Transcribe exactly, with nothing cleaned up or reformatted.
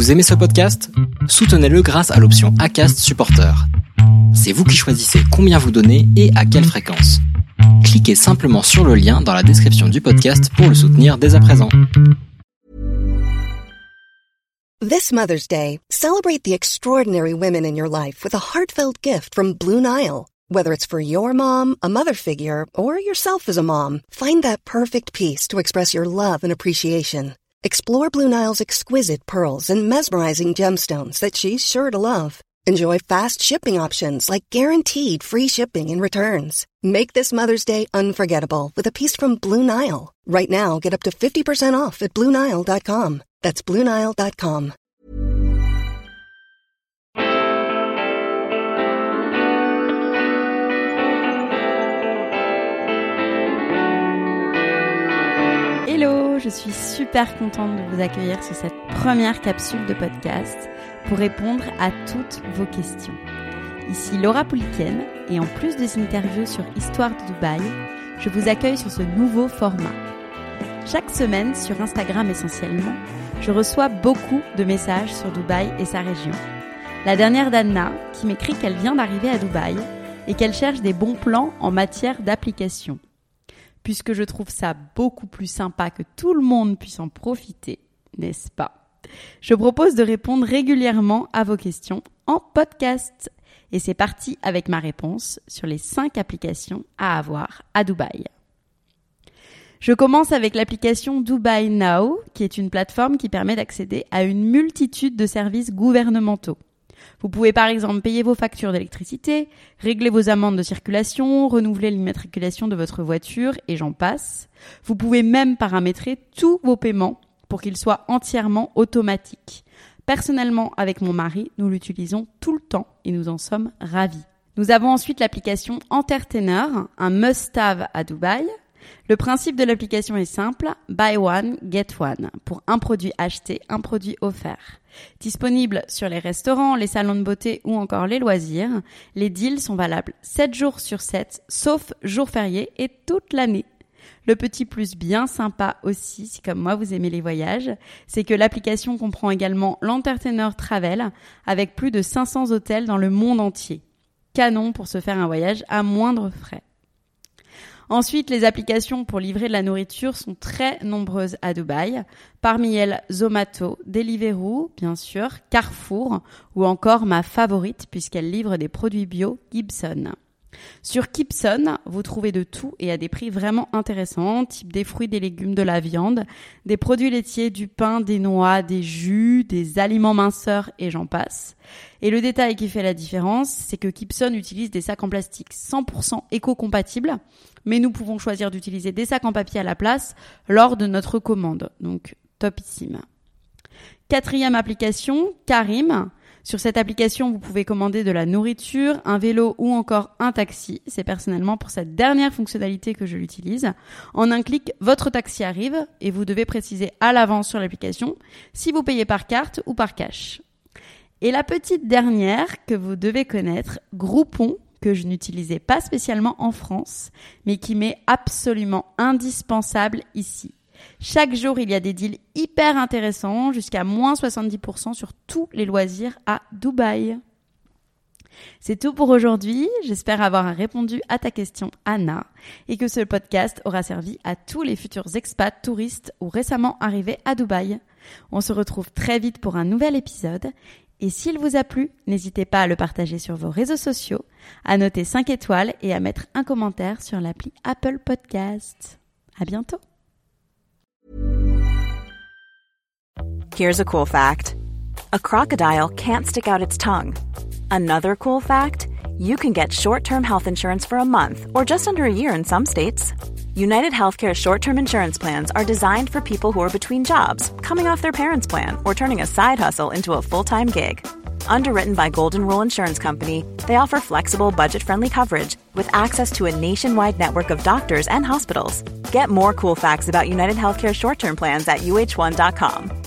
Vous aimez ce podcast ? Soutenez-le grâce à l'option Acast Supporter. C'est vous qui choisissez combien vous donnez et à quelle fréquence. Cliquez simplement sur le lien dans la description du podcast pour le soutenir dès à présent. This Mother's Day, celebrate the extraordinary women in your life with a heartfelt gift from Blue Nile. Whether it's for your mom, a mother figure, or yourself as a mom, find that perfect piece to express your love and appreciation. Explore Blue Nile's exquisite pearls and mesmerizing gemstones that she's sure to love. Enjoy fast shipping options like guaranteed free shipping and returns. Make this Mother's Day unforgettable with a piece from Blue Nile. Right now, get up to fifty percent off at Blue Nile dot com. That's Blue Nile dot com. Hello, je suis super contente de vous accueillir sur cette première capsule de podcast pour répondre à toutes vos questions. Ici Laura Pouliken et en plus des interviews sur Histoire de Dubaï, je vous accueille sur ce nouveau format. Chaque semaine, sur Instagram essentiellement, je reçois beaucoup de messages sur Dubaï et sa région. La dernière d'Anna qui m'écrit qu'elle vient d'arriver à Dubaï et qu'elle cherche des bons plans en matière d'application. Puisque je trouve ça beaucoup plus sympa que tout le monde puisse en profiter, n'est-ce pas ? Je propose de répondre régulièrement à vos questions en podcast. Et c'est parti avec ma réponse sur les cinq applications à avoir à Dubaï. Je commence avec l'application Dubai Now, qui est une plateforme qui permet d'accéder à une multitude de services gouvernementaux. Vous pouvez par exemple payer vos factures d'électricité, régler vos amendes de circulation, renouveler l'immatriculation de votre voiture et j'en passe. Vous pouvez même paramétrer tous vos paiements pour qu'ils soient entièrement automatiques. Personnellement, avec mon mari, nous l'utilisons tout le temps et nous en sommes ravis. Nous avons ensuite l'application Entertainer, un must-have à Dubaï. Le principe de l'application est simple, buy one, get one, pour un produit acheté, un produit offert. Disponible sur les restaurants, les salons de beauté ou encore les loisirs, les deals sont valables sept jours sur sept, sauf jours fériés et toute l'année. Le petit plus bien sympa aussi, si comme moi vous aimez les voyages, c'est que l'application comprend également l'Entertainer Travel avec plus de cinq cents hôtels dans le monde entier. Canon pour se faire un voyage à moindre frais. Ensuite, les applications pour livrer de la nourriture sont très nombreuses à Dubaï. Parmi elles, Zomato, Deliveroo, bien sûr, Carrefour ou encore ma favorite puisqu'elle livre des produits bio, Gibson. Sur Gibson, vous trouvez de tout et à des prix vraiment intéressants, type des fruits, des légumes, de la viande, des produits laitiers, du pain, des noix, des jus, des aliments minceurs et j'en passe. Et le détail qui fait la différence, c'est que Gibson utilise des sacs en plastique cent pour cent éco-compatibles, mais nous pouvons choisir d'utiliser des sacs en papier à la place lors de notre commande. Donc, topissime. Quatrième application, Careem. Sur cette application, vous pouvez commander de la nourriture, un vélo ou encore un taxi. C'est personnellement pour cette dernière fonctionnalité que je l'utilise. En un clic, votre taxi arrive et vous devez préciser à l'avance sur l'application si vous payez par carte ou par cash. Et la petite dernière que vous devez connaître, Groupon, que je n'utilisais pas spécialement en France, mais qui m'est absolument indispensable ici. Chaque jour, il y a des deals hyper intéressants, jusqu'à moins soixante-dix pour cent sur tous les loisirs à Dubaï. C'est tout pour aujourd'hui. J'espère avoir répondu à ta question, Anna, et que ce podcast aura servi à tous les futurs expats, touristes ou récemment arrivés à Dubaï. On se retrouve très vite pour un nouvel épisode. Et s'il vous a plu, n'hésitez pas à le partager sur vos réseaux sociaux, à noter cinq étoiles et à mettre un commentaire sur l'appli Apple Podcast. À bientôt! Here's a cool fact. A crocodile can't stick out its tongue. Another cool fact, you can get short-term health insurance for a month or just under a year in some states. United Healthcare short-term insurance plans are designed for people who are between jobs, coming off their parents' plan, or turning a side hustle into a full-time gig. Underwritten by Golden Rule Insurance Company, they offer flexible, budget-friendly coverage with access to a nationwide network of doctors and hospitals. Get more cool facts about United Healthcare short-term plans at U H one dot com.